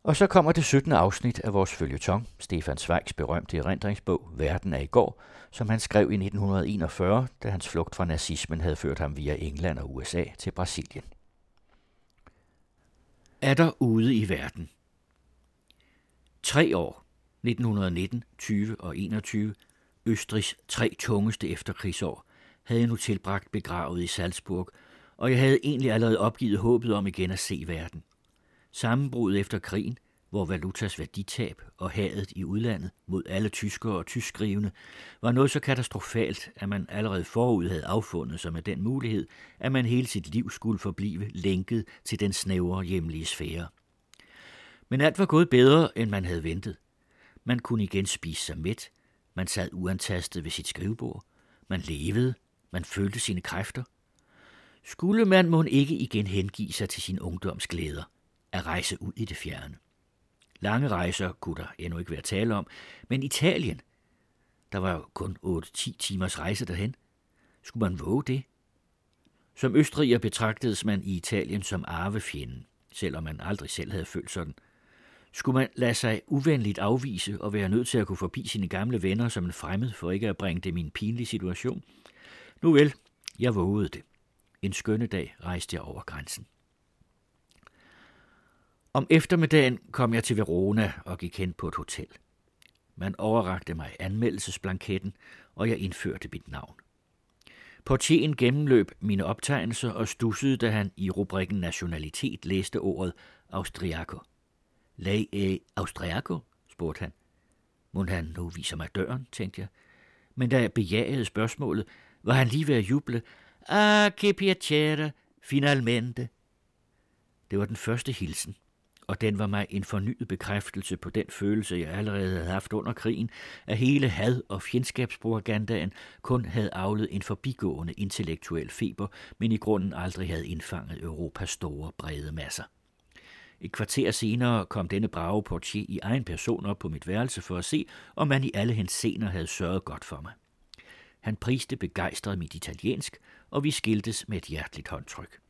Og så kommer det 17. afsnit af vores føljeton, Stefan Zweigs berømte erindringsbog Verden af i går, som han skrev i 1941, da hans flugt fra nazismen havde ført ham via England og USA til Brasilien. Atter ude i verden. 3 år, 1919, 20 og 21, Østrigs 3 tungeste efterkrigsår, havde jeg nu tilbragt begravet i Salzburg, og jeg havde egentlig allerede opgivet håbet om igen at se verden. Sammenbruddet efter krigen, hvor valutas værditab og hadet i udlandet mod alle tyskere og tyskskrivende var noget så katastrofalt, at man allerede forud havde affundet sig med den mulighed, at man hele sit liv skulle forblive lænket til den snævre hjemlige sfære. Men alt var gået bedre, end man havde ventet. Man kunne igen spise sig mæt, man sad uantastet ved sit skrivebord, man levede, man følte sine kræfter. Skulle man mon ikke igen hengive sig til sin ungdoms glæder, at rejse ud i det fjerne? Lange rejser kunne der endnu ikke være tale om, men Italien, der var jo kun 8-10 timers rejse derhen. Skulle man våge det? Som østriger betragtedes man i Italien som arvefjenden, selvom man aldrig selv havde følt sådan. Skulle man lade sig uvenligt afvise og være nødt til at gå forbi sine gamle venner som en fremmed, for ikke at bringe dem i en pinlig situation? Nu vel, jeg vågede det. En skønne dag rejste jeg over grænsen. Om eftermiddagen kom jeg til Verona og gik hen på et hotel. Man overrakte mig anmeldelsesblanketten, og jeg indførte mit navn. Portieren gennemløb mine optegnelser og stussede, da han i rubrikken nationalitet læste ordet austriaco. Lei austriaco? Spurgte han. Mon han nu viser mig døren, tænkte jeg. Men da jeg bejagede spørgsmålet, var han lige ved at juble. Ah, che piacere, finalmente. Det var den første hilsen, og den var mig en fornyet bekræftelse på den følelse, jeg allerede havde haft under krigen, at hele had- og fjendskabspropagandaen kun havde avlet en forbigående intellektuel feber, men i grunden aldrig havde indfanget Europas store, brede masser. Et kvarter senere kom denne brave portier i egen person op på mit værelse for at se, om man i alle henseender havde sørget godt for mig. Han priste begejstret mit italiensk, og vi skiltes med et hjerteligt håndtryk.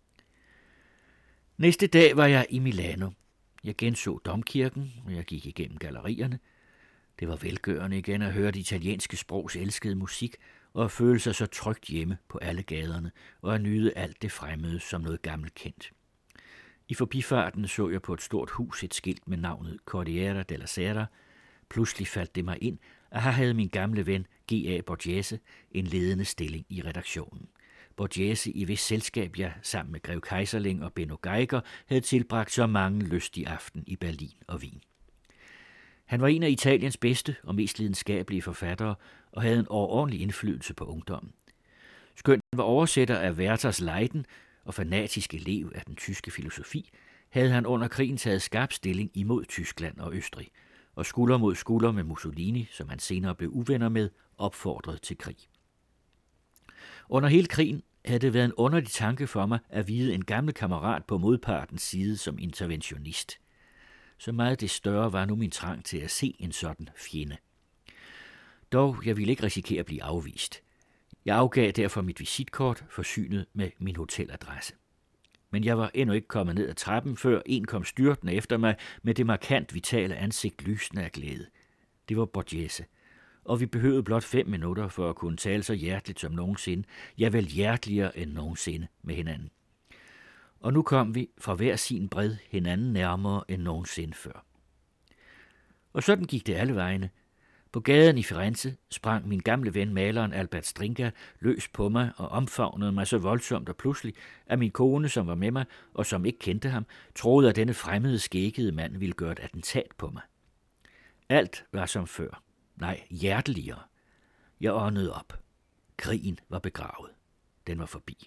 Næste dag var jeg i Milano. Jeg genså domkirken, og jeg gik igennem gallerierne. Det var velgørende igen at høre det italienske sprogs elskede musik, og at føle sig så trygt hjemme på alle gaderne, og at nyde alt det fremmede som noget gammelt kendt. I forbifarten så jeg på et stort hus et skilt med navnet Corriere della Sera. Pludselig faldt det mig ind, at her havde min gamle ven G.A. Borghese en ledende stilling i redaktionen. Borghese, i hvis selskab jeg sammen med Grev Kaiserling og Benno Geiger havde tilbragt så mange lystige aften i Berlin og Wien. Han var en af Italiens bedste og mest lidenskabelige forfattere og havde en overordentlig indflydelse på ungdommen. Skønt han var oversætter af Werthers Leiden og fanatisk elev af den tyske filosofi, havde han under krigen taget skarp stilling imod Tyskland og Østrig, og skulder mod skulder med Mussolini, som han senere blev uvenner med, opfordret til krig. Under hele krigen havde det været en underlig tanke for mig at vide en gammel kammerat på modpartens side som interventionist. Så meget det større var nu min trang til at se en sådan fjende. Dog, jeg ville ikke risikere at blive afvist. Jeg afgav derfor mit visitkort forsynet med min hoteladresse. Men jeg var endnu ikke kommet ned ad trappen, før en kom styrtende efter mig med det markant vitale ansigt lysende af glæde. Det var Borghese, og vi behøvede blot 5 minutter for at kunne tale så hjerteligt som nogensinde, ja vel hjerteligere end nogensinde med hinanden. Og nu kom vi fra hver sin bred hinanden nærmere end nogensinde før. Og sådan gik det alle vegne. På gaden i Firenze sprang min gamle ven maleren Albert Stringa løs på mig og omfavnede mig så voldsomt og pludselig, at min kone, som var med mig og som ikke kendte ham, troede, at denne fremmede skæggede mand ville gøre et attentat på mig. Alt var som før. Nej, hjerteligere. Jeg åndede op. Krigen var begravet. Den var forbi.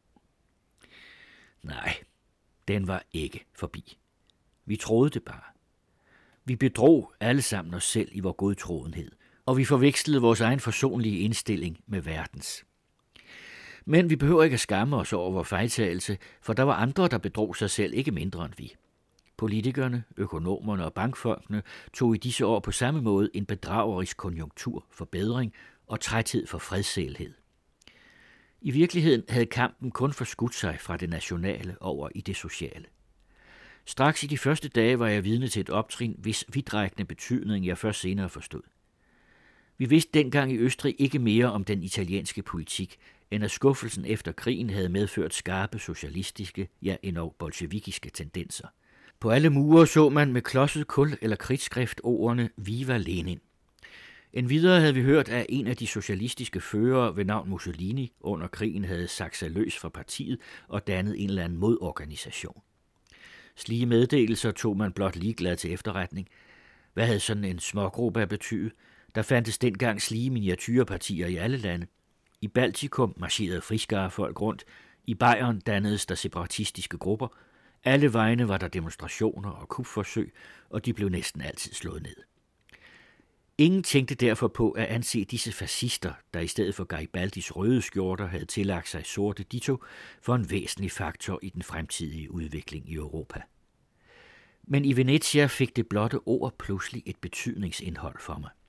Nej, den var ikke forbi. Vi troede det bare. Vi bedrog alle sammen os selv i vor godtroenhed, og vi forvekslede vores egen forsonlige indstilling med verdens. Men vi behøver ikke at skamme os over vor fejltagelse, for der var andre, der bedrog sig selv ikke mindre end vi. Politikerne, økonomerne og bankfolkene tog i disse år på samme måde en bedragerisk konjunktur for bedring og træthed for fredsælhed. I virkeligheden havde kampen kun forskudt sig fra det nationale over i det sociale. Straks i de første dage var jeg vidne til et optrin, hvis vidtrækkende betydning jeg først senere forstod. Vi vidste dengang i Østrig ikke mere om den italienske politik, end at skuffelsen efter krigen havde medført skarpe socialistiske, ja endog bolsjevikiske tendenser. På alle mure så man med klodset kul eller kridtskrift ordene Viva Lenin. Endvidere havde vi hørt, at en af de socialistiske førere ved navn Mussolini under krigen havde sagt sig løs fra partiet og dannet en eller anden modorganisation. Slige meddelelser tog man blot ligeglad til efterretning. Hvad havde sådan en smågruppe at betyde? Der fandtes dengang slige miniatyrpartier i alle lande. I Baltikum marcherede friskarefolk rundt. I Bayern dannedes der separatistiske grupper. Alle vegne var der demonstrationer og kupforsøg, og de blev næsten altid slået ned. Ingen tænkte derfor på at anse disse fascister, der i stedet for Garibaldis røde skjorter havde tillagt sig sorte ditto, for en væsentlig faktor i den fremtidige udvikling i Europa. Men i Venezia fik det blotte ord pludselig et betydningsindhold for mig.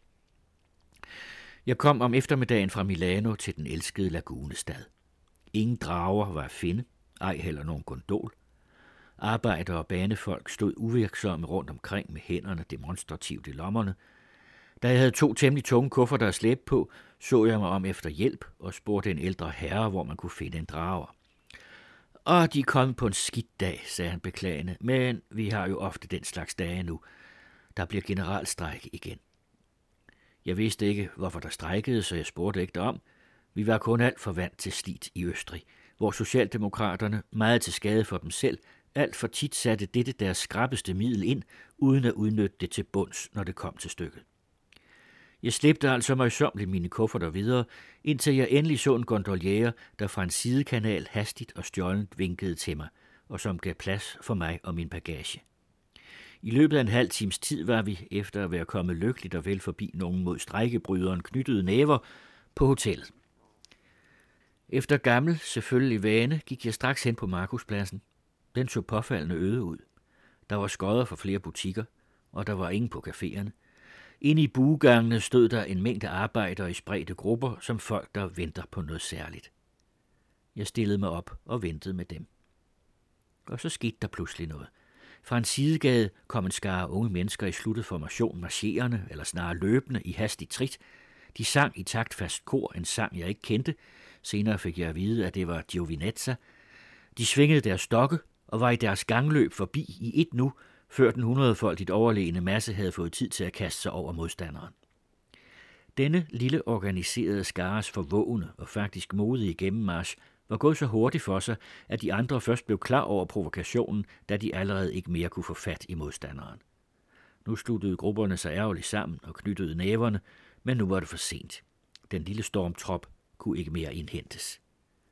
Jeg kom om eftermiddagen fra Milano til den elskede lagunestad. Ingen drager var at finde, ej heller nogen gondol. Arbejdere og banefolk stod uvirksomme rundt omkring med hænderne demonstrativt i lommerne. Da jeg havde 2 temmelig tunge kufferter at slæbe på, så jeg mig om efter hjælp og spurgte en ældre herre, hvor man kunne finde en drager. Og de er kommet på en skidt dag, sagde han beklagende, men vi har jo ofte den slags dage nu. Der bliver generalstrejke igen. Jeg vidste ikke, hvorfor der strejkede, så jeg spurgte ikke derom. Vi var kun alt for vant til slit i Østrig, hvor socialdemokraterne, meget til skade for dem selv, alt for tit satte dette deres skrappeste middel ind, uden at udnytte det til bunds, når det kom til stykket. Jeg slæbte altså møjsommeligt mine kufferter videre, indtil jeg endelig så en gondoliere, der fra en sidekanal hastigt og stjålent vinkede til mig, og som gav plads for mig og min bagage. I løbet af en halv times tid var vi, efter at være kommet lykkeligt og vel forbi nogen mod strejkebryderen knyttede næver, på hotellet. Efter gammel, selvfølgelig vane, gik jeg straks hen på Markuspladsen. Den så påfaldende øde ud. Der var skodder for flere butikker, og der var ingen på caféerne. Inde i buegangene stod der en mængde arbejdere i spredte grupper, som folk, der venter på noget særligt. Jeg stillede mig op og ventede med dem. Og så skete der pludselig noget. Fra en sidegade kom en skare unge mennesker i sluttet formation marcherende, eller snarere løbende, i hastigt trit. De sang i taktfast kor en sang, jeg ikke kendte. Senere fik jeg at vide, at det var Giovinezza. De svingede deres stokke og var i deres gangløb forbi i et nu, før den 100-foldigt overlegne masse havde fået tid til at kaste sig over modstanderen. Denne lille organiserede skares forvågne og faktisk modige gennemmarch var gået så hurtigt for sig, at de andre først blev klar over provokationen, da de allerede ikke mere kunne få fat i modstanderen. Nu sluttede grupperne sig ærgerligt sammen og knyttede næverne, men nu var det for sent. Den lille stormtrop kunne ikke mere indhentes.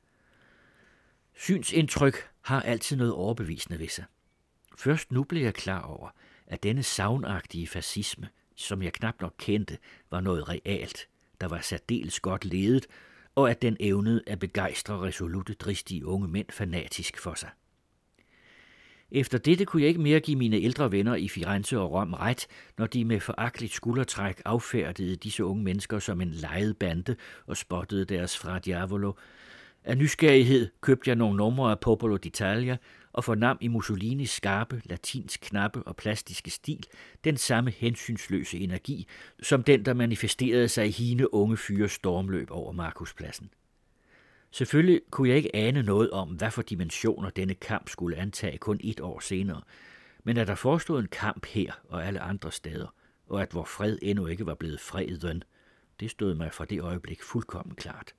Synsindtryk har altid noget overbevisende ved sig. Først nu blev jeg klar over, at denne sagnagtige fascisme, som jeg knap nok kendte, var noget realt, der var særdeles godt ledet, og at den evnede at begejstre resolutte, dristige unge mænd fanatisk for sig. Efter dette kunne jeg ikke mere give mine ældre venner i Firenze og Rom ret, når de med foragteligt skuldertræk affærdede disse unge mennesker som en lejet bande og spottede deres fra Diavolo. Af nysgerrighed købte jeg nogle numre af Popolo d'Italia og fornam i Mussolinis skarpe, latinsk knappe og plastiske stil den samme hensynsløse energi, som den, der manifesterede sig i hine unge fyres stormløb over Markuspladsen. Selvfølgelig kunne jeg ikke ane noget om, hvad for dimensioner denne kamp skulle antage kun 1 år senere, men at der forestod en kamp her og alle andre steder, og at vor fred endnu ikke var blevet freden, det stod mig fra det øjeblik fuldkommen klart.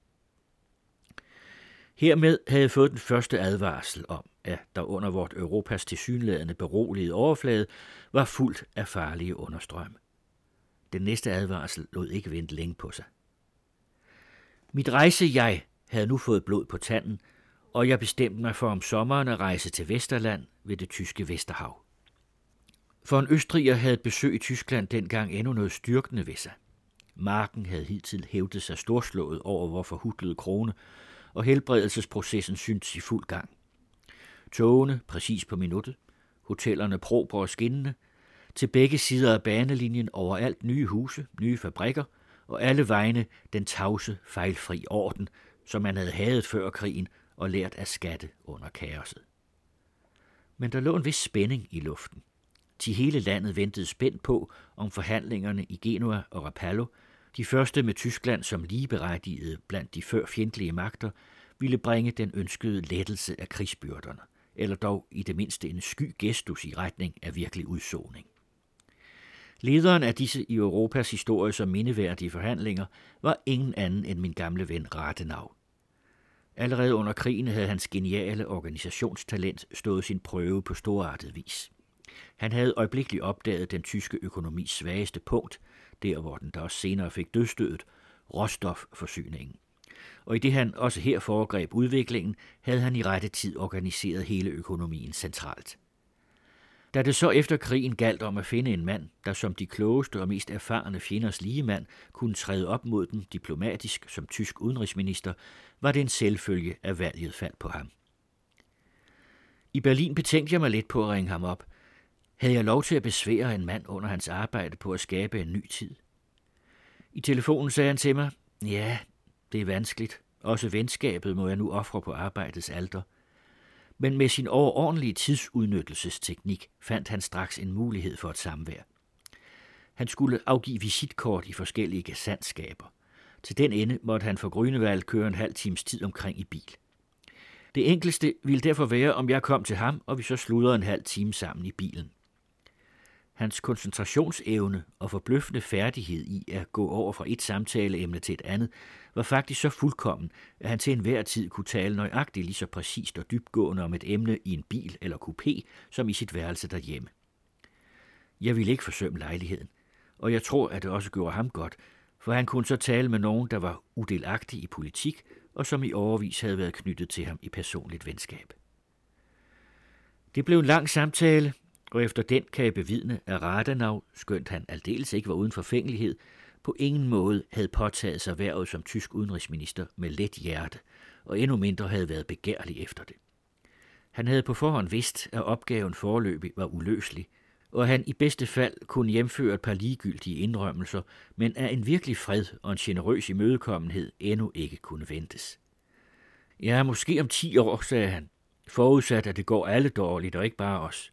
Hermed havde jeg fået den første advarsel om, at der under vort Europas tilsyneladende beroligede overflade var fuldt af farlige understrømme. Den næste advarsel lod ikke vente længe på sig. Mit rejse-jeg havde nu fået blod på tanden, og jeg bestemte mig for om sommeren at rejse til Vesterland ved det tyske Vesterhav. For en østriger havde et besøg i Tyskland dengang endnu noget styrkende ved sig. Marken havde hidtil hævdet sig storslået over vor forhudlede krone, og helbredelsesprocessen syntes i fuld gang. Togene præcis på minuttet, hotellerne prober og skinnende, til begge sider af banelinjen overalt nye huse, nye fabrikker, og alle vegne den tavse, fejlfri orden, som man havde hadet før krigen og lært at skatte under kaoset. Men der lå en vis spænding i luften. Til hele landet ventede spændt på, om forhandlingerne i Genua og Rapallo, de første med Tyskland som ligeberettigede blandt de før fjendtlige magter, ville bringe den ønskede lettelse af krigsbyrderne, eller dog i det mindste en sky gestus i retning af virkelig udsoning. Lederen af disse i Europas historie som mindeværdige forhandlinger var ingen anden end min gamle ven Rathenau. Allerede under krigen havde hans geniale organisationstalent stået sin prøve på storartet vis. Han havde øjeblikkeligt opdaget den tyske økonomis svageste punkt, der hvor den da også senere fik dødsstødet, råstofforsyningen. Og i det han også her foregreb udviklingen, havde han i rette tid organiseret hele økonomien centralt. Da det så efter krigen galt om at finde en mand, der som de klogeste og mest erfarne fjenders ligemand kunne træde op mod dem diplomatisk som tysk udenrigsminister, var det en selvfølge, at valget faldt på ham. I Berlin betænkte jeg mig lidt på at ringe ham op. Havde jeg lov til at besvære en mand under hans arbejde på at skabe en ny tid? I telefonen sagde han til mig, ja, det er vanskeligt. Også venskabet må jeg nu ofre på arbejdets alter. Men med sin overordentlige tidsudnyttelsesteknik fandt han straks en mulighed for et samvær. Han skulle afgive visitkort i forskellige gesandtskaber. Til den ende måtte han for Grünewald køre en halv times tid omkring i bil. Det enkleste ville derfor være, om jeg kom til ham, og vi så sludrede en halv time sammen i bilen. Hans koncentrationsevne og forbløffende færdighed i at gå over fra et samtaleemne til et andet, var faktisk så fuldkommen, at han til enhver tid kunne tale nøjagtigt lige så præcist og dybtgående om et emne i en bil eller coupé, som i sit værelse derhjemme. Jeg ville ikke forsømme lejligheden, og jeg tror, at det også gjorde ham godt, for han kunne så tale med nogen, der var udelagtig i politik, og som i årevis havde været knyttet til ham i personligt venskab. Det blev en lang samtale, og efter den kan jeg bevidne, at Rathenau, skønt han aldeles ikke var uden forfængelighed, på ingen måde havde påtaget sig hvervet som tysk udenrigsminister med let hjerte, og endnu mindre havde været begærlig efter det. Han havde på forhånd vidst, at opgaven foreløbig var uløselig, og han i bedste fald kunne hjemføre et par ligegyldige indrømmelser, men af en virkelig fred og en generøs imødekommenhed endnu ikke kunne ventes. Ja, måske om 10 år, sagde han, forudsat at det går alle dårligt og ikke bare os.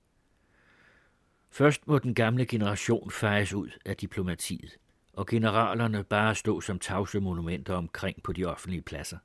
Først må den gamle generation fejes ud af diplomatiet, og generalerne bare stå som tavse monumenter omkring på de offentlige pladser.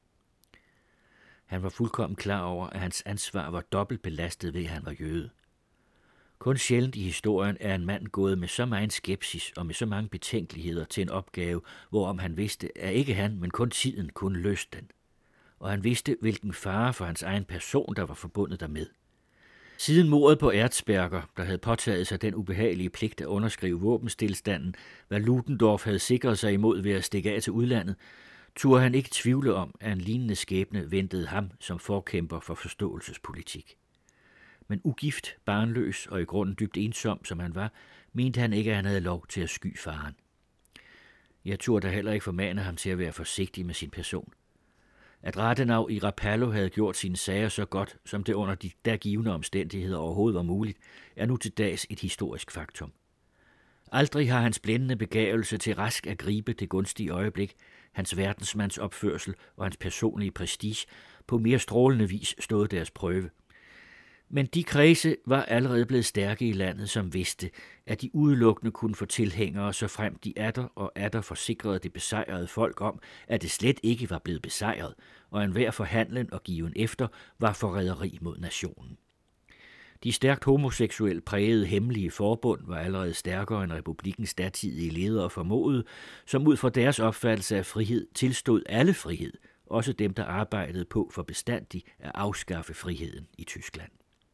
Han var fuldkommen klar over, at hans ansvar var dobbelt belastet ved, at han var jøde. Kun sjældent i historien er en mand gået med så meget skepsis og med så mange betænkeligheder til en opgave, hvorom han vidste, at ikke han, men kun tiden kunne løse den. Og han vidste, hvilken fare for hans egen person, der var forbundet dermed. Siden mordet på Erzberger, der havde påtaget sig den ubehagelige pligt at underskrive våbenstilstanden, hvad Ludendorff havde sikret sig imod ved at stikke af til udlandet, turde han ikke tvivle om, at en lignende skæbne ventede ham som forkæmper for forståelsespolitik. Men ugift, barnløs og i grunden dybt ensom, som han var, mente han ikke, at han havde lov til at sky faren. Jeg turde da heller ikke formane ham til at være forsigtig med sin person. At Rathenau i Rapallo havde gjort sine sager så godt, som det under de der givne omstændigheder overhovedet var muligt, er nu til dags et historisk faktum. Aldrig har hans blændende begavelse til rask at gribe det gunstige øjeblik, hans verdensmandsopførsel og hans personlige prestige på mere strålende vis stået deres prøve. Men de kredse var allerede blevet stærke i landet, som vidste, at de udelukkende kunne få tilhængere, så frem de atter forsikrede det besejrede folk om, at det slet ikke var blevet besejret, og enhver forhandlen og given efter var forræderi mod nationen. De stærkt homoseksuelt prægede hemmelige forbund var allerede stærkere end republikkens datidige ledere formodede, som ud fra deres opfattelse af frihed tilstod alle frihed, også dem, der arbejdede på for bestandig at afskaffe friheden i Tyskland.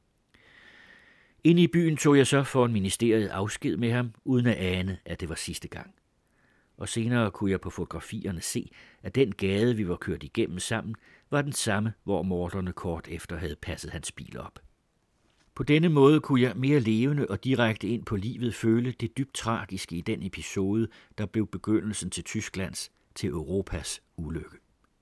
Inde i byen tog jeg så for en ministeriet afsked med ham, uden at ane, at det var sidste gang. Og senere kunne jeg på fotografierne se, at den gade, vi var kørt igennem sammen, var den samme, hvor morderne kort efter havde passet hans bil op. På denne måde kunne jeg mere levende og direkte ind på livet føle det dybt tragiske i den episode, der blev begyndelsen til Tysklands, til Europas ulykke.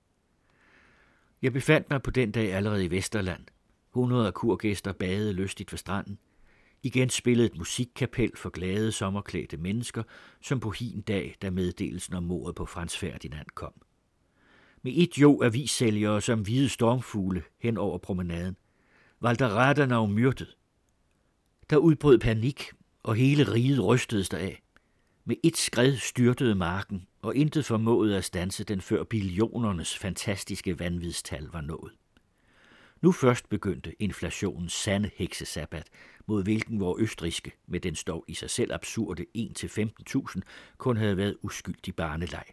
Jeg befandt mig på den dag allerede i Vesterland. 100 af kurgæster badede lystigt ved stranden. Igen spillede et musikkapel for glade, sommerklædte mennesker, som på hin dag, da meddelelsen om mordet på Franz Ferdinand kom. Med et jo avissælgere som hvide stormfugle hen over promenaden. Walter Rathenau myrdet. Der udbrød panik, og hele riget rystedes deraf. Med et skred styrtede marken, og intet formåede at standse den, før billionernes fantastiske vanvidstal var nået. Nu først begyndte inflationens sande heksesabbat, mod hvilken vor østrigske, med den dog i sig selv absurde 1-15.000, kun havde været uskyldig barneleg.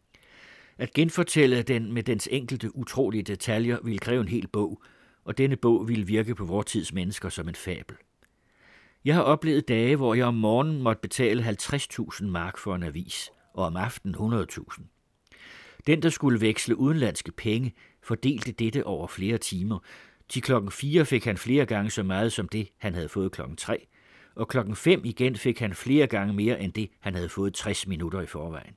At genfortælle den med dens enkelte utrolige detaljer ville kræve en hel bog, og denne bog ville virke på vor tids mennesker som en fabel. Jeg har oplevet dage, hvor jeg om morgenen måtte betale 50.000 mark for en avis, og om aftenen 100.000. Den, der skulle veksle udenlandske penge, fordelte dette over flere timer. Til 4:00 fik han flere gange så meget som det, han havde fået 3:00, og 5:00 igen fik han flere gange mere end det, han havde fået 60 minutter i forvejen.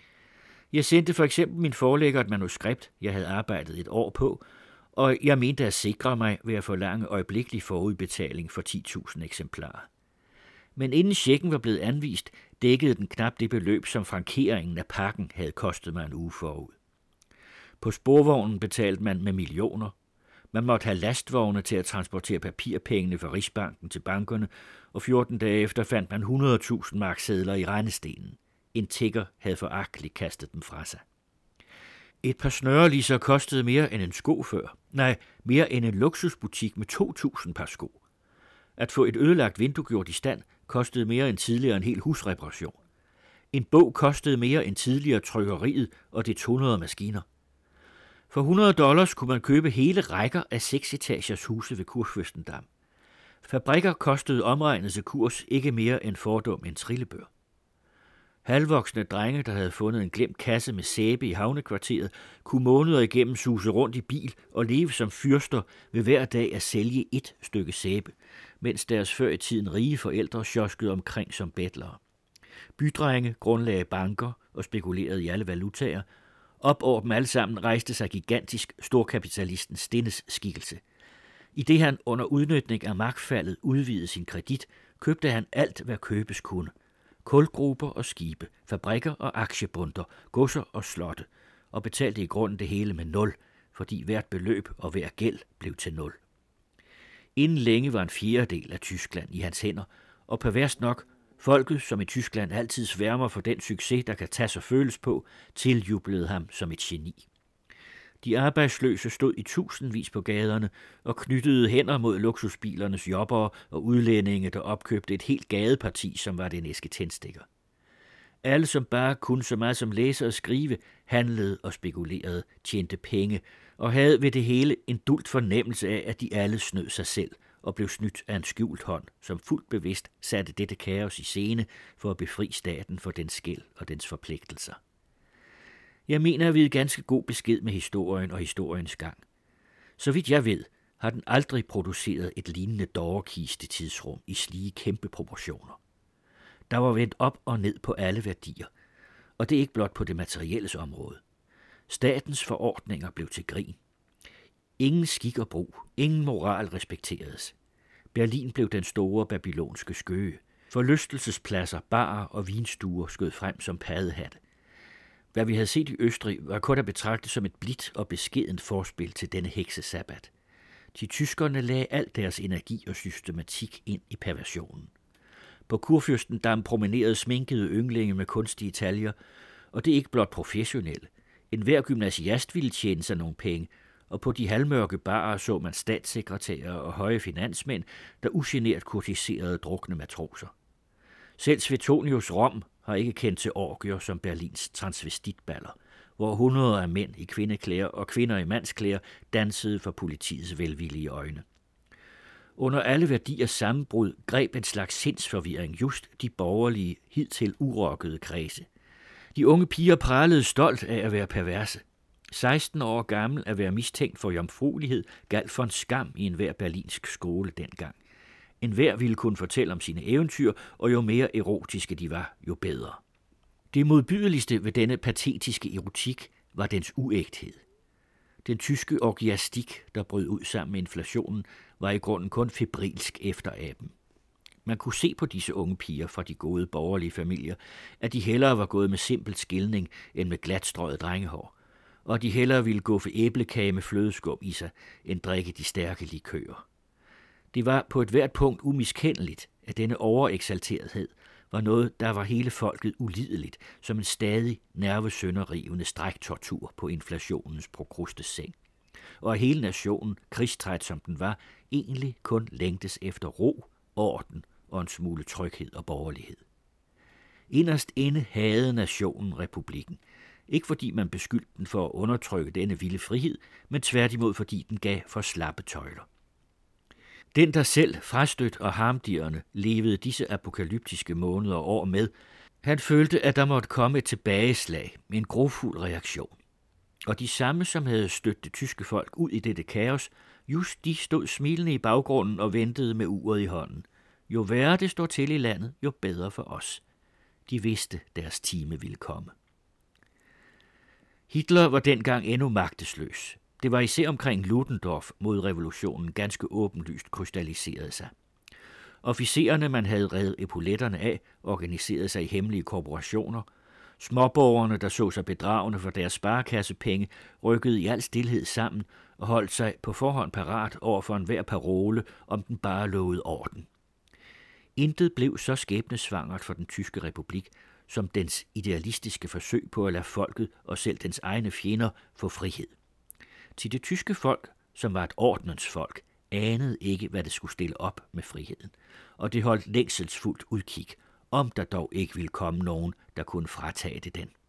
Jeg sendte for eksempel min forlægger et manuskript, jeg havde arbejdet et år på, og jeg mente at sikre mig ved at forlange øjeblikkelig forudbetaling for 10.000 eksemplarer. Men inden checken var blevet anvist, dækkede den knap det beløb, som frankeringen af pakken havde kostet mig en uge forud. På sporvognen betalte man med millioner. Man måtte have lastvogne til at transportere papirpengene fra Rigsbanken til bankerne, og 14 dage efter fandt man 100.000 marksedler i regnestenen. En tigger havde foragteligt kastet dem fra sig. Et par snøreliser kostede mere end en sko før. Nej, mere end en luksusbutik med 2.000 par sko. At få et ødelagt vindue gjort i stand kostede mere end tidligere en hel husreparation. En bog kostede mere end tidligere trykkeriet og det 200 maskiner. For $100 kunne man købe hele rækker af 6-etagers huse ved Kurfürstendamm. Fabrikker kostede omregnet til kurs ikke mere end fordum en trillebør. Halvvoksne drenge, der havde fundet en glemt kasse med sæbe i havnekvarteret, kunne måneder igennem suse rundt i bil og leve som fyrster ved hver dag at sælge et stykke sæbe, mens deres før i tiden rige forældre sjoskede omkring som betlere. Bydrenge grundlagde banker og spekulerede i alle valutaer. Op over dem alle sammen rejste sig gigantisk storkapitalisten Stinnes skikkelse. I det han under udnytning af magtfaldet udvidede sin kredit, købte han alt, hvad købes kunne. Kulgruber og skibe, fabrikker og aktiebunter, godser og slotte, og betalte i grunden det hele med 0, fordi hvert beløb og hver gæld blev til 0. Inden længe var en fjerdedel af Tyskland i hans hænder, og perverst nok, folket, som i Tyskland altid sværmer for den succes, der kan tages og føles på, tiljublede ham som et geni. De arbejdsløse stod i tusindvis på gaderne og knyttede hænder mod luksusbilernes jobbere og udlændinge, der opkøbte et helt gadeparti, som var det en æske tændstikker. Alle, som bare kunne så meget som læse og skrive, handlede og spekulerede, tjente penge og havde ved det hele en dult fornemmelse af, at de alle snød sig selv og blev snydt af en skjult hånd, som fuldt bevidst satte dette kaos i scene for at befri staten for dens gæld og dens forpligtelser. Jeg mener at vide ganske god besked med historien og historiens gang. Så vidt jeg ved, har den aldrig produceret et lignende dårekiste tidsrum i slige kæmpe proportioner. Der var vendt op og ned på alle værdier, og det er ikke blot på det materielles område. Statens forordninger blev til grin. Ingen skik og brug, ingen moral respekteredes. Berlin blev den store babylonske skøge. Forlystelsespladser, barer og vinstuer skød frem som paddehatte. Hvad vi havde set i Østrig, var kun at betragte som et blidt og beskedent forspil til denne heksesabbat. De tyskerne lagde al deres energi og systematik ind i perversionen. På Kurfürstendamm promenerede sminkede ynglinge med kunstige taljer, og det er ikke blot professionelle. Enhver gymnasiast ville tjene sig nogle penge, og på de halvmørke barer så man statssekretærer og høje finansmænd, der ugenert kurtiserede drukne matroser. Selv Suetonius Rom har ikke kendt til orgier som Berlins transvestitballer, hvor hundreder af mænd i kvindeklæder og kvinder i mandsklæder dansede for politiets velvillige øjne. Under alle værdiers sammenbrud greb en slags sindsforvirring just de borgerlige, hidtil urokkede kredse. De unge piger pralede stolt af at være perverse. 16 år gammel at være mistænkt for jomfruelighed galt for en skam i enhver berlinsk skole dengang. Enhver ville kunne fortælle om sine eventyr, og jo mere erotiske de var, jo bedre. Det modbydeligste ved denne patetiske erotik var dens uægthed. Den tyske orgiastik, der brød ud sammen med inflationen, var i grunden kun febrilsk efteraben. Man kunne se på disse unge piger fra de gode borgerlige familier, at de hellere var gået med simpel skilning end med glatstrøget drengehår, og de hellere ville gå for æblekage med flødeskum i sig, end drikke de stærke likører. Det var på et hvert punkt umiskendeligt, at denne overeksalterethed var noget, der var hele folket ulideligt, som en stadig nervesønderrivende stræktortur på inflationens prokrustes seng. Og at hele nationen, krigstræt som den var, egentlig kun længtes efter ro, orden og en smule tryghed og borgerlighed. Inderst inde havde nationen republikken, ikke fordi man beskyldte den for at undertrykke denne vilde frihed, men tværtimod fordi den gav for slappe tøjler. Den, der selv frastødt og harmdirrende levede disse apokalyptiske måneder og år med, han følte, at der måtte komme et tilbageslag med en grofuld reaktion. Og de samme, som havde stødt det tyske folk ud i dette kaos, just de stod smilende i baggrunden og ventede med uret i hånden. Jo værre det står til i landet, jo bedre for os. De vidste, deres time ville komme. Hitler var dengang endnu magtesløs. Det var især omkring Ludendorff mod revolutionen ganske åbenlyst krystalliserede sig. Officererne, man havde revet epauletterne af, organiserede sig i hemmelige korporationer. Småborgerne, der så sig bedragende for deres sparekassepenge, rykkede i al stilhed sammen og holdt sig på forhånd parat over for enhver parole, om den bare lovede orden. Intet blev så skæbnesvangert for den tyske republik, som dens idealistiske forsøg på at lade folket og selv dens egne fjender få frihed. Til det tyske folk, som var et ordnens folk, anede ikke, hvad det skulle stille op med friheden, og det holdt længselsfuldt udkig, om der dog ikke ville komme nogen, der kunne fratage det den.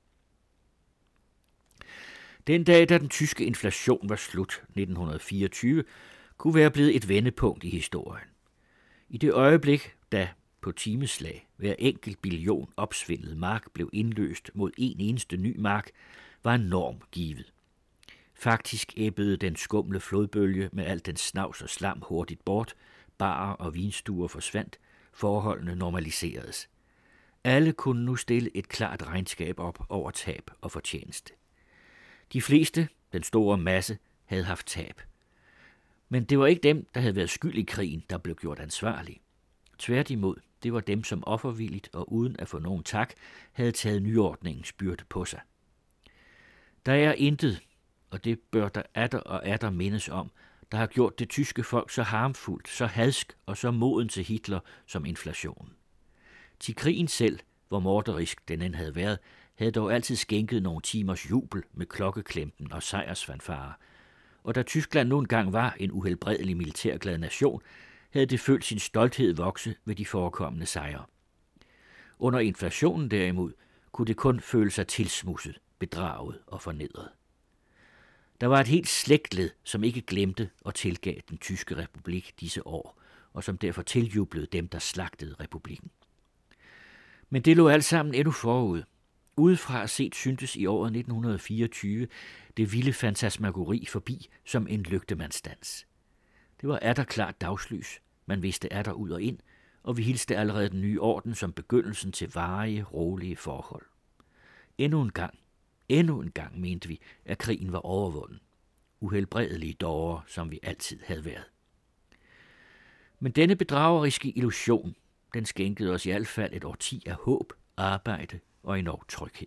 Den dag, da den tyske inflation var slut 1924, kunne være blevet et vendepunkt i historien. I det øjeblik, da på timeslag hver enkelt billion opsvindlet mark blev indløst mod en eneste ny mark, var en norm givet. Faktisk æbbede den skumle flodbølge med al den snavs og slam hurtigt bort, barer og vinstuer forsvandt, forholdene normaliseredes. Alle kunne nu stille et klart regnskab op over tab og fortjeneste. De fleste, den store masse, havde haft tab. Men det var ikke dem, der havde været skyld i krigen, der blev gjort ansvarlige. Tværtimod, det var dem, som offervilligt og uden at få nogen tak, havde taget nyordningens byrde på sig. Der er intet, og det bør der atter mindes om, der har gjort det tyske folk så harmfuldt, så hadsk og så moden til Hitler som inflationen. Til krigen selv, hvor morderisk den end havde været, havde dog altid skænket nogle timers jubel med klokkeklempen og sejrsfanfarer. Og da Tyskland nu engang var en uhelbredelig militærglad nation, havde det følt sin stolthed vokse ved de forekommende sejre. Under inflationen derimod kunne det kun føle sig tilsmusset, bedraget og fornedret. Der var et helt slægtled, som ikke glemte og tilgav den tyske republik disse år, og som derfor tiljublede dem, der slagtede republikken. Men det lå alt sammen endnu forud. Udefra set syntes i året 1924 det vilde fantasmagori forbi som en lygtemandsdans. Det var atter klart dagslys, man vidste atter ud og ind, og vi hilste allerede den nye orden som begyndelsen til varige, rolige forhold. Endnu en gang mente vi, at krigen var overvunden. Uhelbredelige dårer, som vi altid havde været. Men denne bedrageriske illusion, den skænkede os i hvert fald et årti af håb, arbejde og enorm tryghed.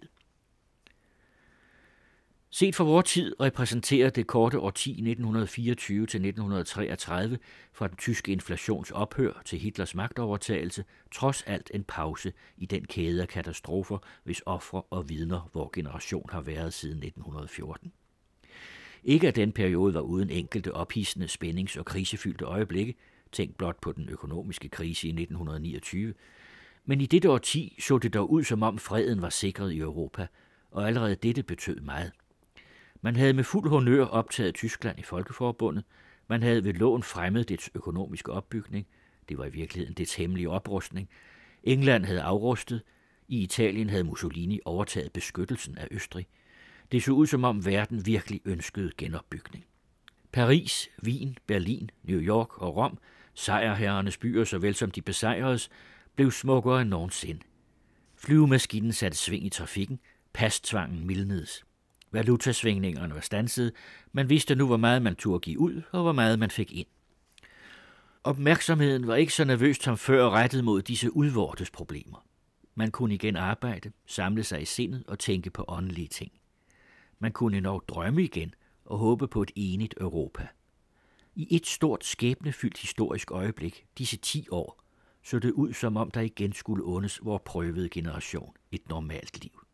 Set fra vores tid repræsenterer det korte årti 1924 til 1933 fra den tyske inflations ophør til Hitlers magtovertagelse trods alt en pause i den kæde af katastrofer, hvis ofre og vidner vor generation har været siden 1914. Ikke at den periode var uden enkelte ophidsende spændings- og krisefyldte øjeblikke, tænk blot på den økonomiske krise i 1929, men i dette årti så det dog ud, som om freden var sikret i Europa, og allerede dette betød meget. Man havde med fuld honør optaget Tyskland i Folkeforbundet, man havde ved loven fremmet dets økonomiske opbygning, det var i virkeligheden dets hemmelige oprustning, England havde afrustet, i Italien havde Mussolini overtaget beskyttelsen af Østrig. Det så ud, som om verden virkelig ønskede genopbygning. Paris, Wien, Berlin, New York og Rom, sejrherrenes byer såvel som de besejredes, blev smukkere end nogensinde. Flyvemaskinen satte sving i trafikken, pastvangen mildnedes. Valutasvingningerne var standset, man vidste nu, hvor meget man turde give ud, og hvor meget man fik ind. Opmærksomheden var ikke så nervøst som før rettet mod disse udvortes problemer. Man kunne igen arbejde, samle sig i sindet og tænke på åndelige ting. Man kunne nok drømme igen og håbe på et enigt Europa. I et stort skæbnefyldt historisk øjeblik, disse 10 år, så det ud som om der igen skulle undes vor prøvede generation et normalt liv.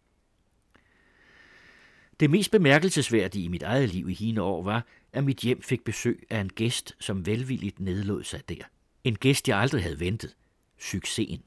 Det mest bemærkelsesværdige i mit eget liv i hine år var, at mit hjem fik besøg af en gæst, som velvilligt nedlod sig der. En gæst, jeg aldrig havde ventet. Succesen.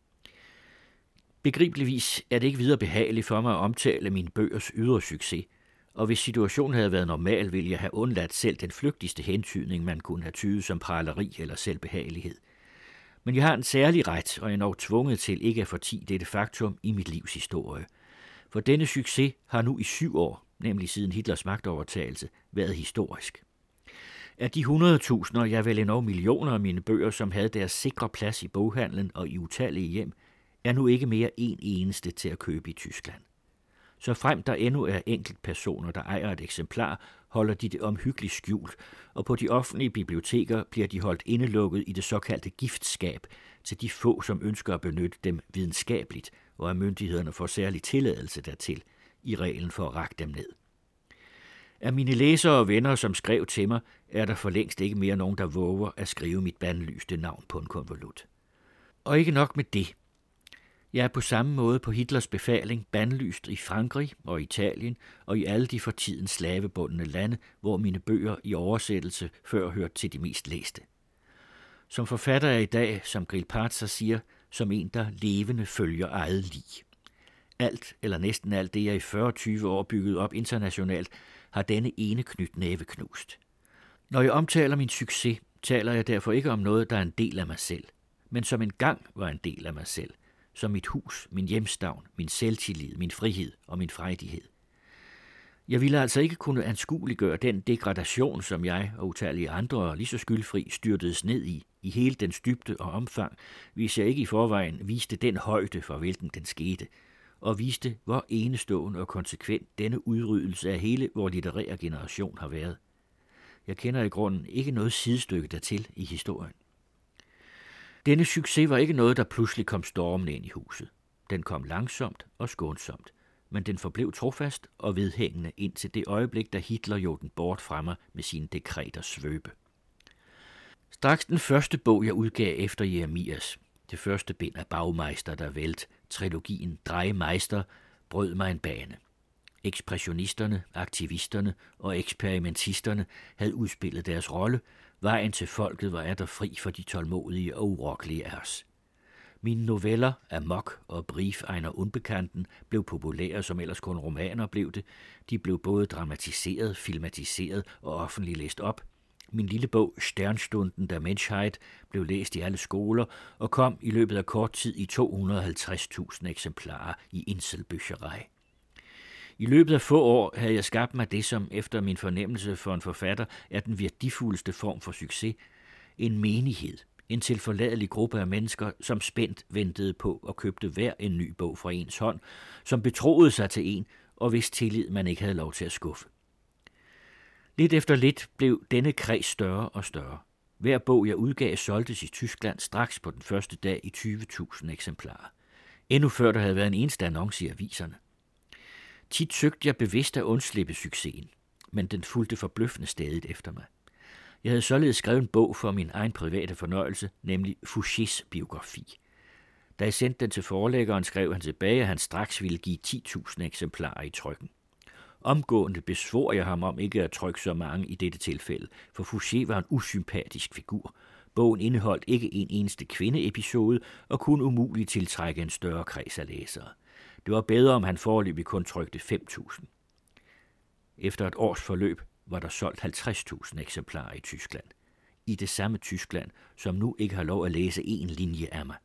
Begribeligvis er det ikke videre behageligt for mig at omtale mine bøgers ydre succes, og hvis situationen havde været normal, ville jeg have undladt selv den flygtigste hentydning, man kunne have tydet som praleri eller selvbehagelighed. Men jeg har en særlig ret, og er nok tvunget til ikke at fortie dette faktum i mit livs historie. For denne succes har nu i 7 år, nemlig siden Hitlers magtovertagelse, været historisk. Af de 100.000, ja vel endnu millioner af mine bøger, som havde deres sikre plads i boghandlen og i utallige hjem, er nu ikke mere en eneste til at købe i Tyskland. Så frem der endnu er enkeltpersoner, der ejer et eksemplar, holder de det omhyggeligt skjult, og på de offentlige biblioteker bliver de holdt indelukket i det såkaldte giftskab til de få, som ønsker at benytte dem videnskabeligt, og at myndighederne får særlig tilladelse dertil, i reglen for at række dem ned. Af mine læsere og venner, som skrev til mig, er der for længst ikke mere nogen, der våger at skrive mit bandlyste navn på en konvolut. Og ikke nok med det. Jeg er på samme måde på Hitlers befaling bandlyst i Frankrig og Italien og i alle de for tiden slavebundne lande, hvor mine bøger i oversættelse før hørte til de mest læste. Som forfatter er i dag, som Grillparzer siger, som en, der levende følger eget lig. Alt eller næsten alt det, jeg i 40-20 år bygget op internationalt, har denne ene knytnæve knust. Når jeg omtaler min succes, taler jeg derfor ikke om noget, der er en del af mig selv, men som engang var en del af mig selv, som mit hus, min hjemstavn, min selvtillid, min frihed og min frejdighed. Jeg ville altså ikke kunne anskueliggøre den degradation, som jeg og utallige andre lige så skyldfri styrtedes ned i hele dens dybde og omfang, hvis jeg ikke i forvejen viste den højde, for hvilken den skete, og viste, hvor enestående og konsekvent denne udryddelse af hele vor litterære generation har været. Jeg kender i grunden ikke noget sidestykke dertil i historien. Denne succes var ikke noget, der pludselig kom stormende ind i huset. Den kom langsomt og skånsomt, men den forblev trofast og vedhængende indtil det øjeblik, da Hitler jog den bort fra mig med sine dekreter svøbe. Straks den første bog, jeg udgav efter Jeremias, det første bind af Baumeister, der vælt, trilogien Drejmeister, brød mig en bane. Ekspressionisterne, aktivisterne og eksperimentisterne havde udspillet deres rolle. Vejen til folket var der fri for de tålmodige og urokkelige af os. Mine noveller, Amok og Brief einer Unbekannten, blev populære, som ellers kun romaner blev det. De blev både dramatiseret, filmatiseret og offentligt læst op. Min lille bog Sternstunden der Menschheit blev læst i alle skoler og kom i løbet af kort tid i 250.000 eksemplarer i Inselbücherei. I løbet af få år havde jeg skabt mig det, som efter min fornemmelse for en forfatter er den værdifuldeste form for succes. En menighed, en tilforladelig gruppe af mennesker, som spændt ventede på og købte hver en ny bog fra ens hånd, som betroede sig til en, og hvis tillid man ikke havde lov til at skuffe. Lidt efter lidt blev denne kreds større og større. Hver bog, jeg udgav, solgtes i Tyskland straks på den første dag i 20.000 eksemplarer. Endnu før der havde været en eneste annonce i aviserne. Tit søgte jeg bevidst at undslippe succesen, men den fulgte forbløffende stadigt efter mig. Jeg havde således skrevet en bog for min egen private fornøjelse, nemlig Fouchés biografi. Da jeg sendte den til forlæggeren, skrev han tilbage, at han straks ville give 10.000 eksemplarer i trykken. Omgående besvor jeg ham om ikke at trykke så mange i dette tilfælde, for Fouché var en usympatisk figur. Bogen indeholdt ikke en eneste kvindeepisode og kunne umuligt tiltrække en større kreds af læsere. Det var bedre, om han foreløbig kun trykte 5.000. Efter et års forløb var der solgt 50.000 eksemplarer i Tyskland. I det samme Tyskland, som nu ikke har lov at læse en linje af mig.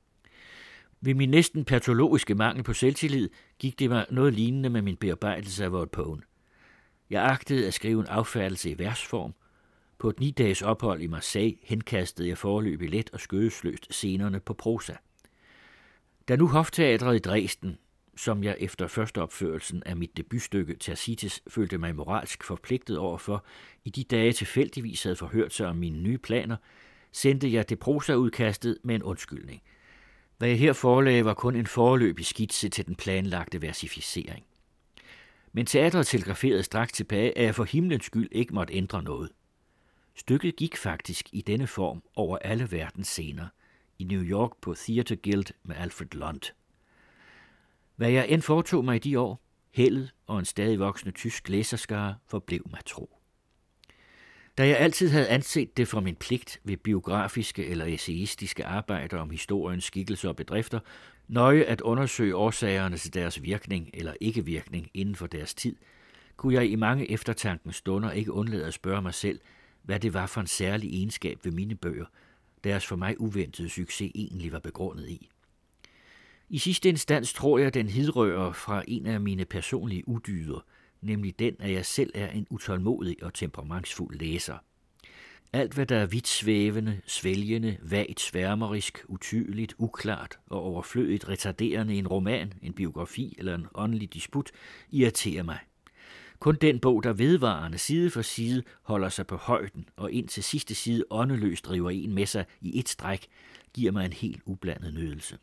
Ved min næsten patologiske mangel på selvtillid gik det mig noget lignende med min bearbejdelse af Walt Poen. Jeg agtede at skrive en affattelse i versform. På et 9-dages ophold i Marseille henkastede jeg foreløbig let og skødesløst scenerne på prosa. Da nu Hofteatret i Dresden, som jeg efter første opførelsen af mit debutstykke Thersites følte mig moralsk forpligtet overfor, i de dage tilfældigvis havde forhørt sig om mine nye planer, sendte jeg det prosaudkastet med en undskyldning. Hvad jeg her forelagde var kun en foreløbig skitse til den planlagte versificering. Men teatret telegraferede straks tilbage, at jeg for himlens skyld ikke måtte ændre noget. Stykket gik faktisk i denne form over alle verdens scener, i New York på Theatre Guild med Alfred Lunt. Hvad jeg end foretog mig i de år, heldet og en stadig voksende tysk læserskare forblev mig tro. Da jeg altid havde anset det for min pligt ved biografiske eller essayistiske arbejder om historiens skikkelser og bedrifter, nøje at undersøge årsagerne til deres virkning eller ikke-virkning inden for deres tid, kunne jeg i mange eftertankens stunder ikke undlade at spørge mig selv, hvad det var for en særlig egenskab ved mine bøger, deres for mig uventede succes egentlig var begrundet i. I sidste instans tror jeg, den hidrører fra en af mine personlige udyder, nemlig den, at jeg selv er en utålmodig og temperamentsfuld læser. Alt, hvad der er vidt svævende, svælgende, vagt sværmerisk, utydeligt, uklart og overflødigt retarderende i en roman, en biografi eller en åndelig disput, irriterer mig. Kun den bog, der vedvarende side for side holder sig på højden og ind til sidste side åndeløst driver en med sig i et stræk, giver mig en helt ublandet nydelse.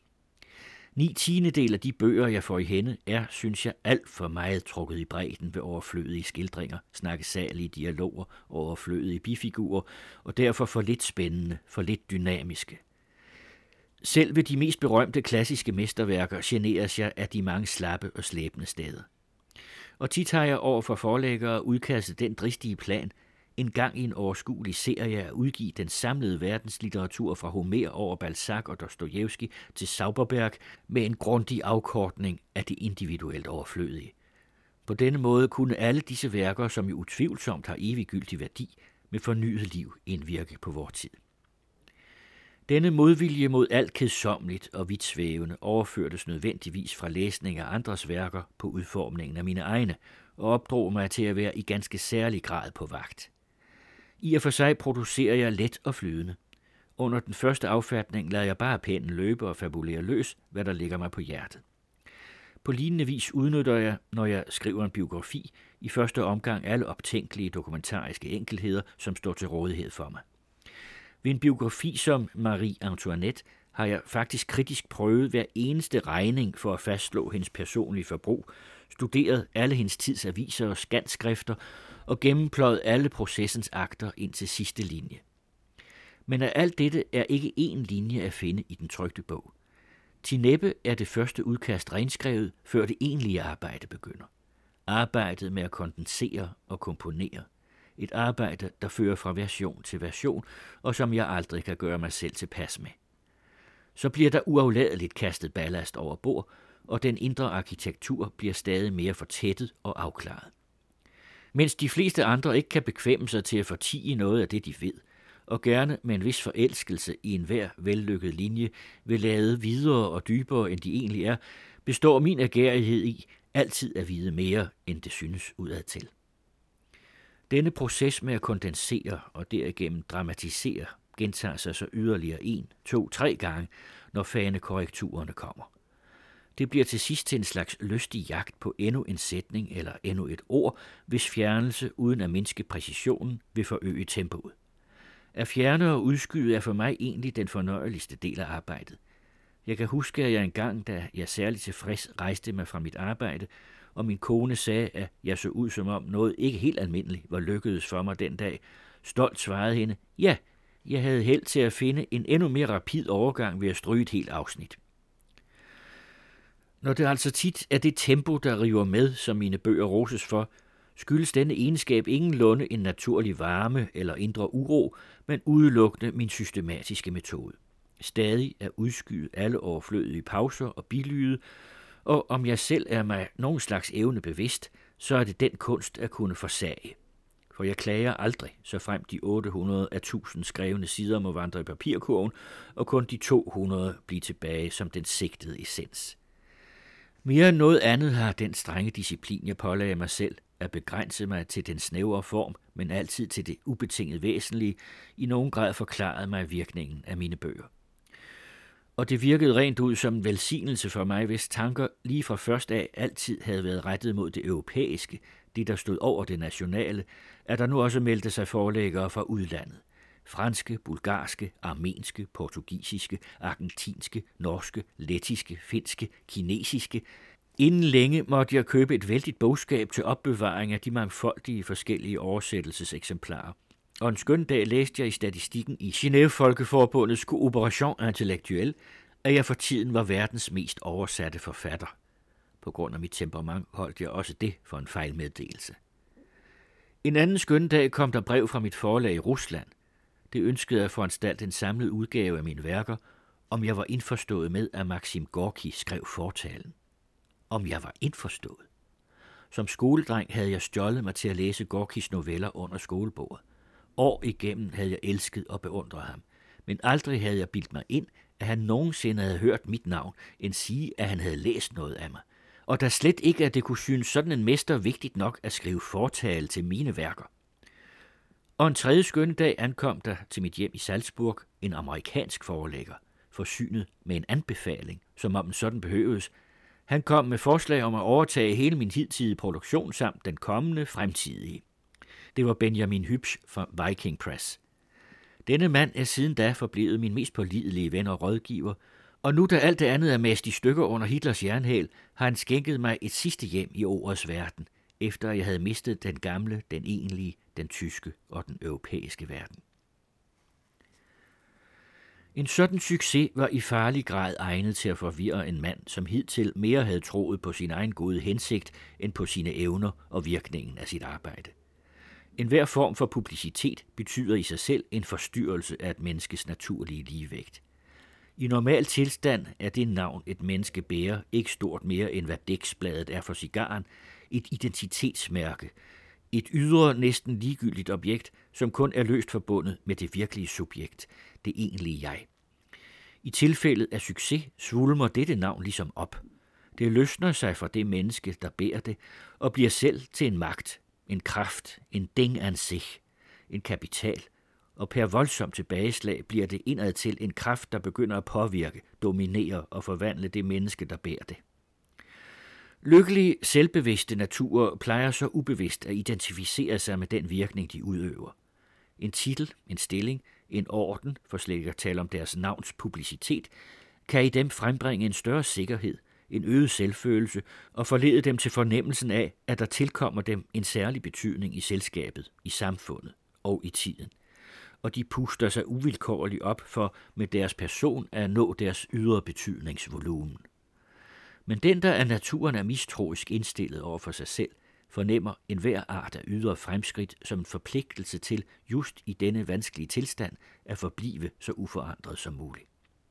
9/10 af de bøger, jeg får i hænde, er, synes jeg, alt for meget trukket i bredden ved overflødige skildringer, snakkesalige dialoger og overflødige bifigurer, og derfor for lidt spændende, for lidt dynamiske. Selv ved de mest berømte klassiske mesterværker generes jeg af de mange slappe og slæbende steder. Og tit har jeg over for forlæggere udkastet den dristige plan, en gang i en overskuelig serie at udgive den samlede verdenslitteratur fra Homer over Balzac og Dostojevskij til Zauberberg med en grundig afkortning af det individuelt overflødige. På denne måde kunne alle disse værker, som jo utvivlsomt har eviggyldig værdi, med fornyet liv indvirke på vor tid. Denne modvilje mod alt kedsommeligt og vidtsvævende overførtes nødvendigvis fra læsning af andres værker på udformningen af mine egne, og opdrog mig til at være i ganske særlig grad på vagt. I og for sig producerer jeg let og flydende. Under den første affatning lader jeg bare pennen løbe og fabulere løs, hvad der ligger mig på hjertet. På lignende vis udnytter jeg, når jeg skriver en biografi, i første omgang alle optænkelige dokumentariske enkelheder, som står til rådighed for mig. Ved en biografi som Marie Antoinette har jeg faktisk kritisk prøvet hver eneste regning for at fastslå hendes personlige forbrug, studeret alle hendes tids aviser og skandskrifter og gennempløjet alle processens akter ind til sidste linje. Men af alt dette er ikke én linje at finde i den trykte bog. Til næppe er det første udkast renskrevet, før det egentlige arbejde begynder. Arbejdet med at kondensere og komponere. Et arbejde, der fører fra version til version, og som jeg aldrig kan gøre mig selv tilpas med. Så bliver der uafladeligt kastet ballast over bord, og den indre arkitektur bliver stadig mere fortættet og afklaret. Mens de fleste andre ikke kan bekvemme sig til at fortie noget af det, de ved, og gerne med en vis forelskelse i enhver vellykket linje vil lade videre og dybere, end de egentlig er, består min agerighed i altid at vide mere, end det synes udadtil. Denne proces med at kondensere og derigennem dramatisere gentager sig så yderligere 1, 2, 3 gange, når fanekorrekturerne kommer. Det bliver til sidst til en slags lystig jagt på endnu en sætning eller endnu et ord, hvis fjernelse uden at mindske præcisionen vil forøge tempoet. At fjerne og udskyde er for mig egentlig den fornøjeligste del af arbejdet. Jeg kan huske, at jeg engang, da jeg særligt tilfreds rejste mig fra mit arbejde, og min kone sagde, at jeg så ud som om noget ikke helt almindeligt var lykkedes for mig den dag, stolt svarede hende, ja, jeg havde held til at finde en endnu mere rapid overgang ved at stryge et helt afsnit. Når det altså tit er det tempo, der river med, som mine bøger roses for, skyldes denne egenskab ingenlunde en naturlig varme eller indre uro, men udelukkende min systematiske metode. Stadig at udskyde alle overflødige pauser og bilyde, og om jeg selv er mig nogen slags evne bevidst, så er det den kunst at kunne forsage. For jeg klager aldrig, så frem de 800 af 1000 skrevne sider må vandre i papirkurven, og kun de 200 bliver tilbage som den sigtede essens. Mere end noget andet har den strenge disciplin, jeg pålagde mig selv, at begrænse mig til den snævre form, men altid til det ubetinget væsentlige, i nogen grad forklarede mig virkningen af mine bøger. Og det virkede rent ud som en velsignelse for mig, hvis tanker lige fra først af altid havde været rettet mod det europæiske, det der stod over det nationale, at der nu også meldte sig forlæggere fra udlandet. Franske, bulgarske, armenske, portugisiske, argentinske, norske, lettiske, finske, kinesiske. Inden længe måtte jeg købe et vældigt bogskab til opbevaring af de mangfoldige forskellige oversættelseseksemplarer. og en skøn dag læste jeg i statistikken i Genève-Folkeforbundets Coopération Intellectuelle, at jeg for tiden var verdens mest oversatte forfatter. På grund af mit temperament holdt jeg også det for en fejlmeddelelse. En anden skøn dag kom der brev fra mit forlag i Rusland. Det ønskede at foranstalte en samlet udgave af mine værker, om jeg var indforstået med, at Maxim Gorki skrev fortalen. Om jeg var indforstået. Som skoledreng havde jeg stjålet mig til at læse Gorkis noveller under skolebordet. År igennem havde jeg elsket og beundret ham, men aldrig havde jeg bildt mig ind, at han nogensinde havde hørt mit navn, end sige, at han havde læst noget af mig. Og der slet ikke, at det kunne synes sådan en mester vigtigt nok at skrive fortale til mine værker. Og en tredje skønne dag ankom der til mit hjem i Salzburg en amerikansk forlægger, forsynet med en anbefaling, som om en sådan behøves. Han kom med forslag om at overtage hele min hidtidige produktion samt den kommende fremtidige. Det var Benjamin Hübsch fra Viking Press. Denne mand er siden da forblevet min mest pålidelige ven og rådgiver, og nu da alt det andet er mast i stykker under Hitlers jernhæl, har han skænket mig et sidste hjem i ordets verden, efter jeg havde mistet den gamle, den egentlige, den tyske og den europæiske verden. En sådan succes var i farlig grad egnet til at forvirre en mand, som hidtil mere havde troet på sin egen gode hensigt end på sine evner og virkningen af sit arbejde. Enhver form for publicitet betyder i sig selv en forstyrrelse af et menneskes naturlige ligevægt. I normal tilstand er det navn, et menneske bærer, ikke stort mere end hvad dæksbladet er for cigaren, et identitetsmærke, et ydre næsten ligegyldigt objekt, som kun er løst forbundet med det virkelige subjekt, det egentlige jeg. I tilfældet af succes svulmer dette navn ligesom op. Det løsner sig fra det menneske, der bærer det, og bliver selv til en magt, en kraft, en ding an sich, en kapital, og per voldsomt tilbageslag bliver det indad til en kraft, der begynder at påvirke, dominere og forvandle det menneske, der bærer det. Lykkelige, selvbevidste naturer plejer så ubevidst at identificere sig med den virkning, de udøver. En titel, en stilling, en orden, for slet ikke at tale om deres navns publicitet, kan i dem frembringe en større sikkerhed, en øget selvfølelse og forlede dem til fornemmelsen af, at der tilkommer dem en særlig betydning i selskabet, i samfundet og i tiden. Og de puster sig uvilkårligt op for med deres person at nå deres ydre betydningsvolumen. Men den, der af naturen er mistroisk indstillet over for sig selv, fornemmer enhver art af ydre fremskridt som en forpligtelse til just i denne vanskelige tilstand at forblive så uforandret som muligt.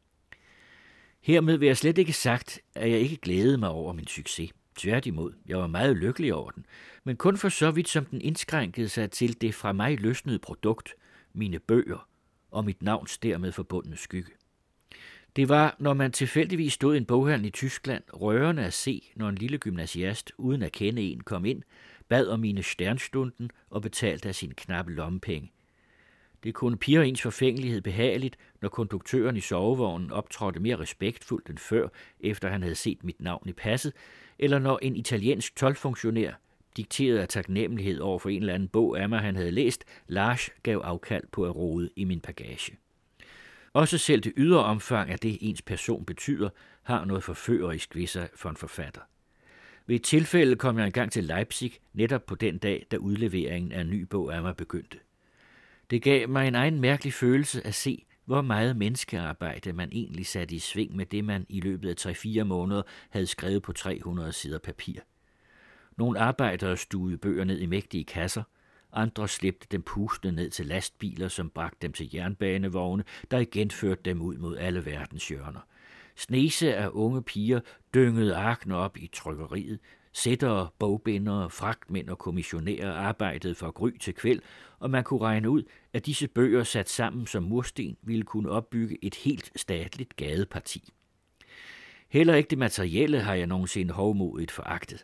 Hermed vil jeg slet ikke sagt, at jeg ikke glædede mig over min succes. Tværtimod, jeg var meget lykkelig over den, men kun for så vidt som den indskrænkede sig til det fra mig løsnede produkt, mine bøger og mit navns dermed forbundne skygge. Det var, når man tilfældigvis stod i en boghandel i Tyskland, rørende at se, når en lille gymnasiast, uden at kende en, kom ind, bad om mine sternstunden og betalte af sin knappe lommepenge. Det kunne pirre ens forfængelighed behageligt, når konduktøren i sovevognen optrådte mere respektfuldt end før, efter han havde set mit navn i passet, eller når en italiensk toldfunktionær, dikteret af taknemmelighed over for en eller anden bog af mig, han havde læst, Lars gav afkald på at rode i min bagage. Også selv det ydre omfang af det, ens person betyder, har noget forførerisk ved sig for en forfatter. Ved et tilfælde kom jeg engang til Leipzig, netop på den dag, da udleveringen af en ny bog af mig begyndte. Det gav mig en egen mærkelig følelse at se, hvor meget menneskearbejde man egentlig satte i sving med det, man i løbet af 3-4 måneder havde skrevet på 300 sider papir. Nogle arbejdere stuede bøger ned i mægtige kasser, andre slæbte dem pustende ned til lastbiler, som bragte dem til jernbanevogne, der igen førte dem ud mod alle verdens hjørner. Snese af unge piger dyngede arkene op i trykkeriet, sættere, bogbindere, fragtmænd og kommissionærer arbejdede fra gry til kvæld, og man kunne regne ud, at disse bøger sat sammen som mursten ville kunne opbygge et helt statligt gadeparti. Heller ikke det materielle har jeg nogensinde hovmodigt foragtet.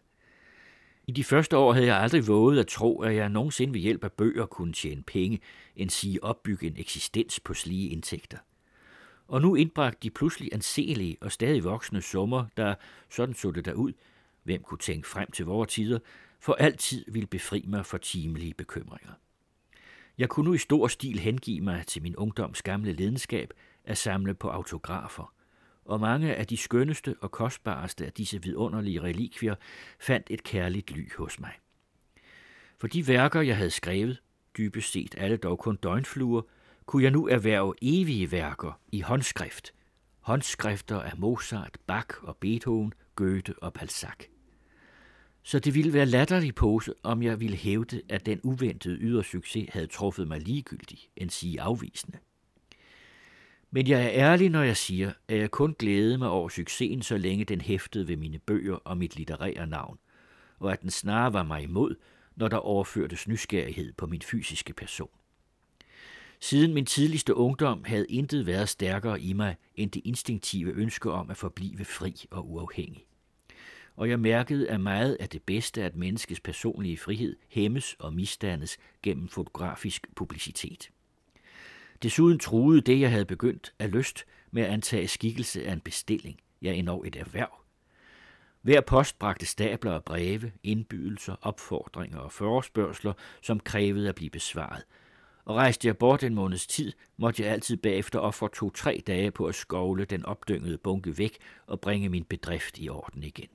I de første år havde jeg aldrig våget at tro, at jeg nogensinde ved hjælp af bøger kunne tjene penge, end sige opbygge en eksistens på slige indtægter. Og nu indbragte de pludselig anselige og stadig voksende summer, der, sådan så det derud, hvem kunne tænke frem til vore tider, for altid ville befri mig for timelige bekymringer. Jeg kunne nu i stor stil hengive mig til min ungdoms gamle lidenskab at samle på autografer, og mange af de skønneste og kostbareste af disse vidunderlige relikvier fandt et kærligt ly hos mig. For de værker, jeg havde skrevet, dybest set alle dog kun døgnfluer, kunne jeg nu erhverve evige værker i håndskrift. Håndskrifter af Mozart, Bach og Beethoven, Goethe og Balzac. Så det ville være latterlig pose, om jeg ville hævde, at den uventede ydre succes havde truffet mig ligegyldig, end sige afvisende. Men jeg er ærlig, når jeg siger, at jeg kun glædede mig over succesen, så længe den hæftede ved mine bøger og mit litterære navn, og at den snarere var mig imod, når der overførtes nysgerrighed på min fysiske person. Siden min tidligste ungdom havde intet været stærkere i mig end det instinktive ønske om at forblive fri og uafhængig. Og jeg mærkede, at meget af det bedste af et menneskes personlige frihed hæmmes og misdannes gennem fotografisk publicitet. Desuden truede det, jeg havde begyndt af lyst med at antage skikkelse af en bestilling, ja endog et erhverv. Hver post bragte stabler af breve, indbydelser, opfordringer og forespørgsler, som krævede at blive besvaret. Og rejste jeg bort en måneds tid, måtte jeg altid bagefter ofre 2-3 dage på at skovle den opdyngede bunke væk og bringe min bedrift i orden igen.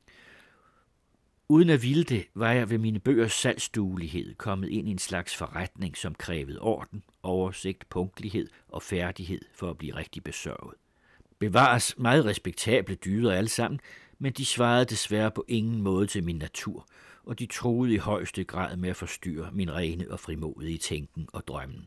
Uden at ville det, var jeg ved mine bøgers salgsduelighed kommet ind i en slags forretning, som krævede orden, oversigt, punktlighed og færdighed for at blive rigtig besørget. Bevares meget respektable dyder alle sammen, men de svarede desværre på ingen måde til min natur, og de truede i højeste grad med at forstyrre min rene og frimodige tænken og drømmen.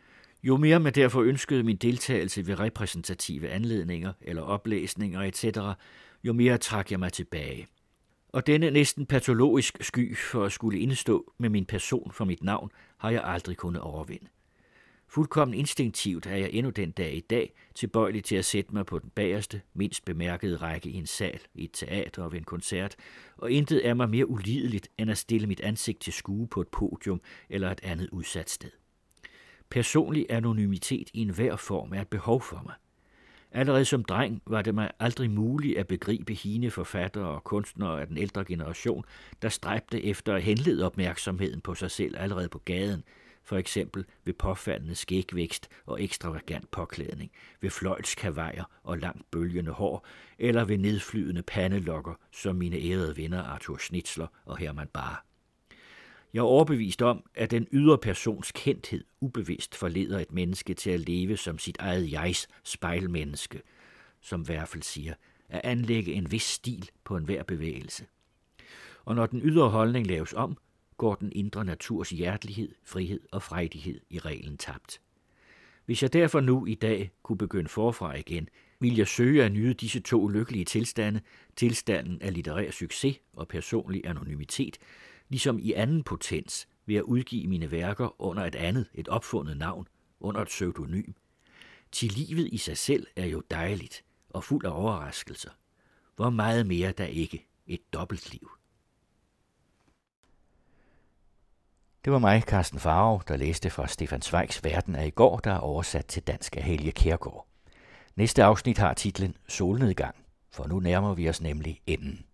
Jo mere man derfor ønskede min deltagelse ved repræsentative anledninger eller oplæsninger etc., jo mere trak jeg mig tilbage. Og denne næsten patologisk sky for at skulle indstå med min person for mit navn, har jeg aldrig kunnet overvinde. Fuldkommen instinktivt er jeg endnu den dag i dag tilbøjelig til at sætte mig på den bagerste, mindst bemærkede række i en sal, i et teater og ved en koncert, og intet er mig mere ulideligt end at stille mit ansigt til skue på et podium eller et andet udsat sted. Personlig anonymitet i enhver form er et behov for mig. Allerede som dreng var det mig aldrig muligt at begribe hine forfattere og kunstnere af den ældre generation, der stræbte efter at henlede opmærksomheden på sig selv allerede på gaden, for eksempel ved påfaldende skægvækst og ekstravagant påklædning, ved fløjtskavajer og langt bølgende hår, eller ved nedflydende pandelokker, som mine ærede venner Arthur Schnitzler og Hermann Bahr. Jeg er overbevist om, at den ydre persons kendthed ubevidst forleder et menneske til at leve som sit eget jegs spejlmenneske, som Werfel siger, at anlægge en vis stil på enhver bevægelse. Og når den ydre holdning laves om, går den indre naturs hjertelighed, frihed og frejdighed i reglen tabt. Hvis jeg derfor nu i dag kunne begynde forfra igen, ville jeg søge at nyde disse 2 lykkelige tilstande, tilstanden af litterær succes og personlig anonymitet, ligesom i anden potens ved at udgive mine værker under et opfundet navn, under et pseudonym. Til livet i sig selv er jo dejligt og fuld af overraskelser. Hvor meget mere der ikke et dobbeltliv. Det var mig, Carsten Farov, der læste fra Stefan Zweigs Verden af i går, der er oversat til dansk af Helge Kjærgaard. Næste afsnit har titlen Solnedgang, for nu nærmer vi os nemlig enden.